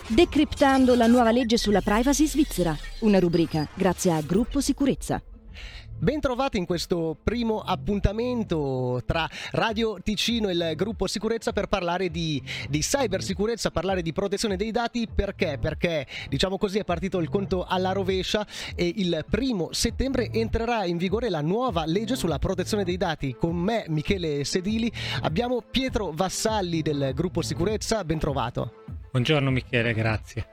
Decriptando la nuova legge sulla privacy svizzera, una rubrica grazie a Gruppo Sicurezza. Bentrovati in questo primo appuntamento tra Radio Ticino e il Gruppo Sicurezza per parlare di cybersicurezza, parlare di protezione dei dati. Perché diciamo così è partito il conto alla rovescia e il 1° settembre entrerà in vigore la nuova legge sulla protezione dei dati. Con me Michele Sedili abbiamo Pietro Vassalli del Gruppo Sicurezza, bentrovato. Buongiorno Michele, grazie.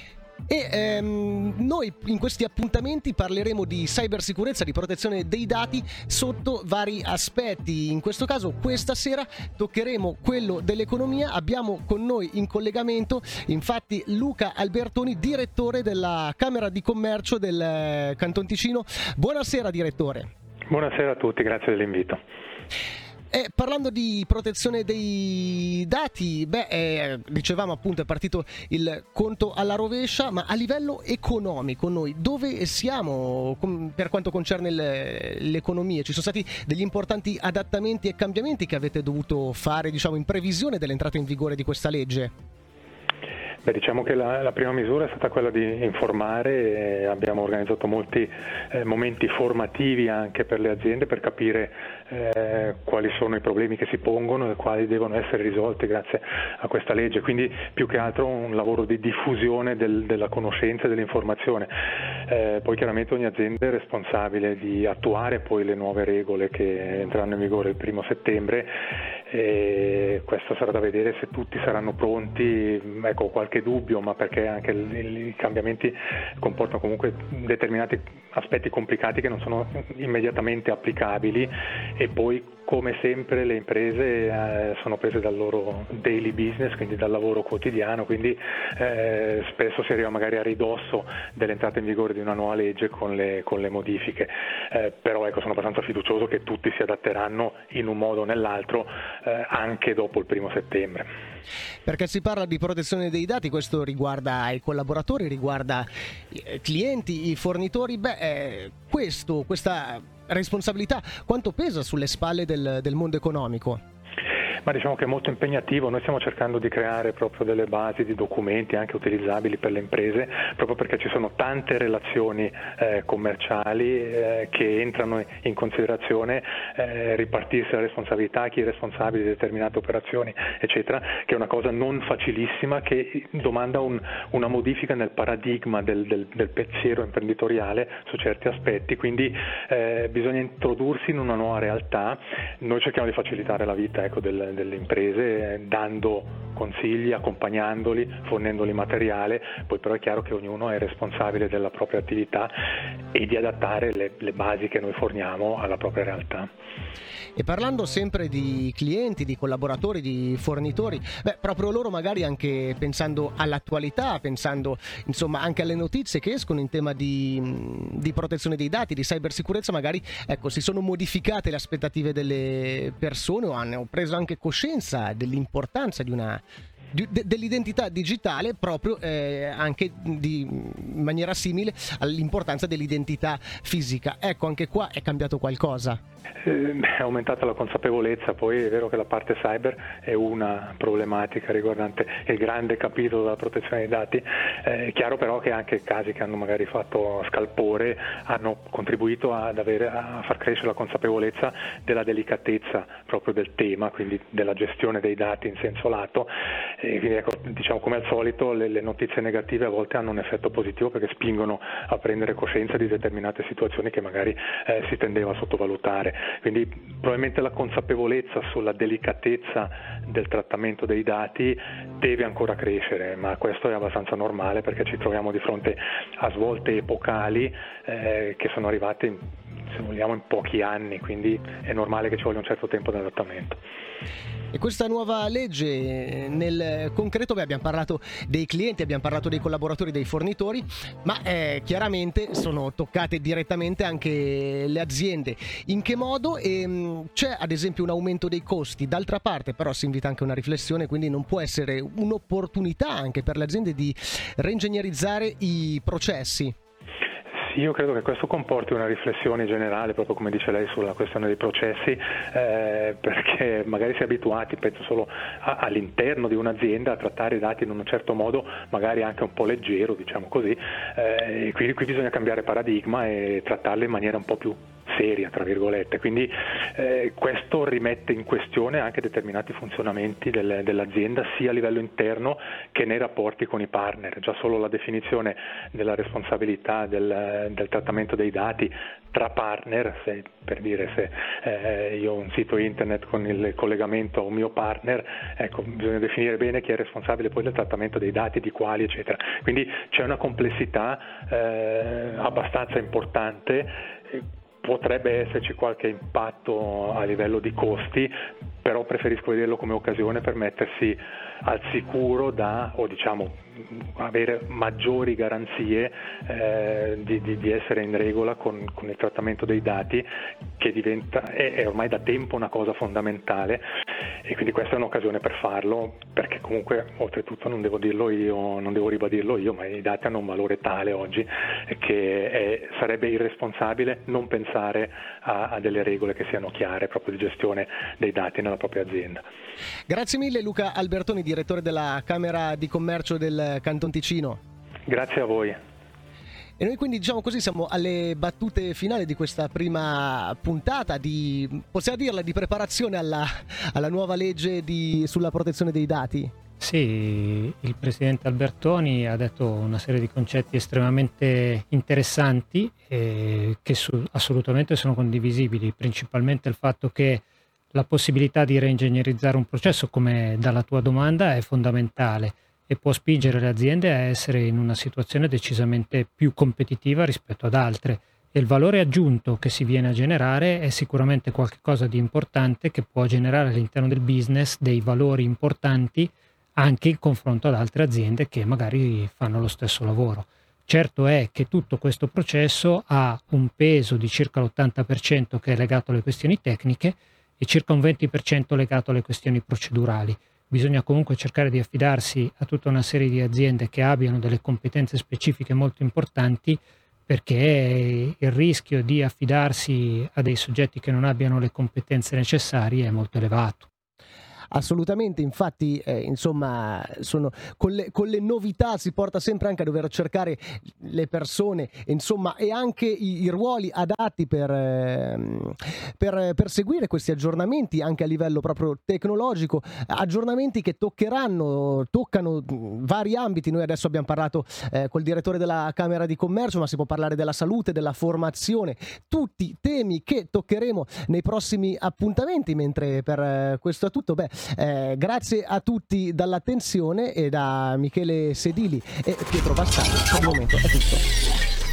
E noi in questi appuntamenti parleremo di cybersicurezza, di protezione dei dati sotto vari aspetti. In questo caso questa sera toccheremo quello dell'economia. Abbiamo con noi in collegamento infatti Luca Albertoni, direttore della Camera di Commercio del Canton Ticino. Buonasera direttore. Buonasera a tutti, grazie dell'invito. Parlando di protezione dei dati, dicevamo appunto è partito il conto alla rovescia, ma a livello economico noi dove siamo per quanto concerne l'economia? Ci sono stati degli importanti adattamenti e cambiamenti che avete dovuto fare, diciamo, in previsione dell'entrata in vigore di questa legge? Diciamo che la prima misura è stata quella di informare e abbiamo organizzato molti momenti formativi anche per le aziende per capire quali sono i problemi che si pongono e quali devono essere risolti grazie a questa legge, quindi più che altro un lavoro di diffusione della conoscenza e dell'informazione. Poi chiaramente ogni azienda è responsabile di attuare poi le nuove regole che entreranno in vigore il 1° settembre e questo sarà da vedere se tutti saranno pronti. Ecco, qualche dubbio, ma perché anche i cambiamenti comportano comunque determinati aspetti complicati che non sono immediatamente applicabili e poi come sempre le imprese sono prese dal loro daily business, quindi dal lavoro quotidiano, quindi spesso si arriva magari a ridosso dell'entrata in vigore di una nuova legge con le modifiche, però ecco, sono abbastanza fiducioso che tutti si adatteranno in un modo o nell'altro anche dopo il 1° settembre. Perché si parla di protezione dei dati, questo riguarda i collaboratori, riguarda i clienti, i fornitori. Questa responsabilità quanto pesa sulle spalle del mondo economico? Ma diciamo che è molto impegnativo. Noi stiamo cercando di creare proprio delle basi di documenti anche utilizzabili per le imprese, proprio perché ci sono tante relazioni commerciali che entrano in considerazione, ripartirsi la responsabilità, chi è responsabile di determinate operazioni, eccetera, che è una cosa non facilissima che domanda una modifica nel paradigma del pensiero imprenditoriale su certi aspetti, quindi bisogna introdursi in una nuova realtà. Noi cerchiamo di facilitare la vita, ecco, delle imprese dando consigli, accompagnandoli, fornendoli materiale, poi però è chiaro che ognuno è responsabile della propria attività e di adattare le basi che noi forniamo alla propria realtà. E parlando sempre di clienti, di collaboratori, di fornitori, proprio loro magari anche pensando all'attualità, pensando insomma anche alle notizie che escono in tema di protezione dei dati, di cybersicurezza, magari ecco, si sono modificate le aspettative delle persone o hanno preso anche coscienza dell'importanza dell'identità digitale proprio anche in maniera simile all'importanza dell'identità fisica. Ecco, anche qua è cambiato qualcosa. È aumentata la consapevolezza, poi è vero che la parte cyber è una problematica riguardante il grande capitolo della protezione dei dati, è chiaro però che anche casi che hanno magari fatto scalpore hanno contribuito a far crescere la consapevolezza della delicatezza proprio del tema, quindi della gestione dei dati in senso lato. E quindi ecco, diciamo come al solito le notizie negative a volte hanno un effetto positivo perché spingono a prendere coscienza di determinate situazioni che magari si tendeva a sottovalutare. Quindi probabilmente la consapevolezza sulla delicatezza del trattamento dei dati deve ancora crescere, ma questo è abbastanza normale perché ci troviamo di fronte a svolte epocali che sono arrivate se vogliamo in pochi anni, quindi è normale che ci voglia un certo tempo di adattamento. E questa nuova legge nel concreto, abbiamo parlato dei clienti, abbiamo parlato dei collaboratori, dei fornitori, ma chiaramente sono toccate direttamente anche le aziende. In che modo? C'è ad esempio un aumento dei costi, d'altra parte però si invita anche a una riflessione, quindi non può essere un'opportunità anche per le aziende di reingegnerizzare i processi? Sì, io credo che questo comporti una riflessione generale, proprio come dice lei, sulla questione dei processi, perché magari si è abituati, penso solo all'interno di un'azienda, a trattare i dati in un certo modo, magari anche un po' leggero, diciamo così, e qui bisogna cambiare paradigma e trattarli in maniera un po' più seria, tra virgolette, quindi questo rimette in questione anche determinati funzionamenti dell'azienda, sia a livello interno che nei rapporti con i partner. Già solo la definizione della responsabilità del trattamento dei dati tra partner, per dire se io ho un sito internet con il collegamento a un mio partner, ecco, bisogna definire bene chi è responsabile poi del trattamento dei dati, di quali, eccetera. Quindi c'è una complessità abbastanza importante. Potrebbe esserci qualche impatto a livello di costi, però preferisco vederlo come occasione per mettersi al sicuro o diciamo avere maggiori garanzie di essere in regola con il trattamento dei dati, che è ormai da tempo una cosa fondamentale, e quindi questa è un'occasione per farlo, perché comunque oltretutto non devo ribadirlo io, ma i dati hanno un valore tale oggi che sarebbe irresponsabile non pensare a delle regole che siano chiare proprio di gestione dei dati nella propria azienda. Grazie mille Luca Albertoni, direttore della Camera di Commercio del Canton Ticino. Grazie a voi. E noi quindi, diciamo così, siamo alle battute finali di questa prima puntata possiamo dirla, di preparazione alla nuova legge sulla protezione dei dati. Sì, il presidente Albertoni ha detto una serie di concetti estremamente interessanti che assolutamente sono condivisibili, principalmente il fatto che la possibilità di reingegnerizzare un processo, come dalla tua domanda, è fondamentale e può spingere le aziende a essere in una situazione decisamente più competitiva rispetto ad altre. E il valore aggiunto che si viene a generare è sicuramente qualcosa di importante, che può generare all'interno del business dei valori importanti anche in confronto ad altre aziende che magari fanno lo stesso lavoro. Certo è che tutto questo processo ha un peso di circa l'80% che è legato alle questioni tecniche e circa un 20% legato alle questioni procedurali. Bisogna comunque cercare di affidarsi a tutta una serie di aziende che abbiano delle competenze specifiche molto importanti, perché il rischio di affidarsi a dei soggetti che non abbiano le competenze necessarie è molto elevato. Assolutamente, infatti insomma con le novità si porta sempre anche a dover cercare le persone, insomma, e anche i ruoli adatti per seguire questi aggiornamenti anche a livello proprio tecnologico, aggiornamenti che toccano vari ambiti. Noi adesso abbiamo parlato col direttore della Camera di Commercio, ma si può parlare della salute, della formazione, tutti temi che toccheremo nei prossimi appuntamenti, mentre per questo è tutto. Grazie a tutti dall'attenzione, e da Michele Sedili e Pietro Bassani per il momento è tutto.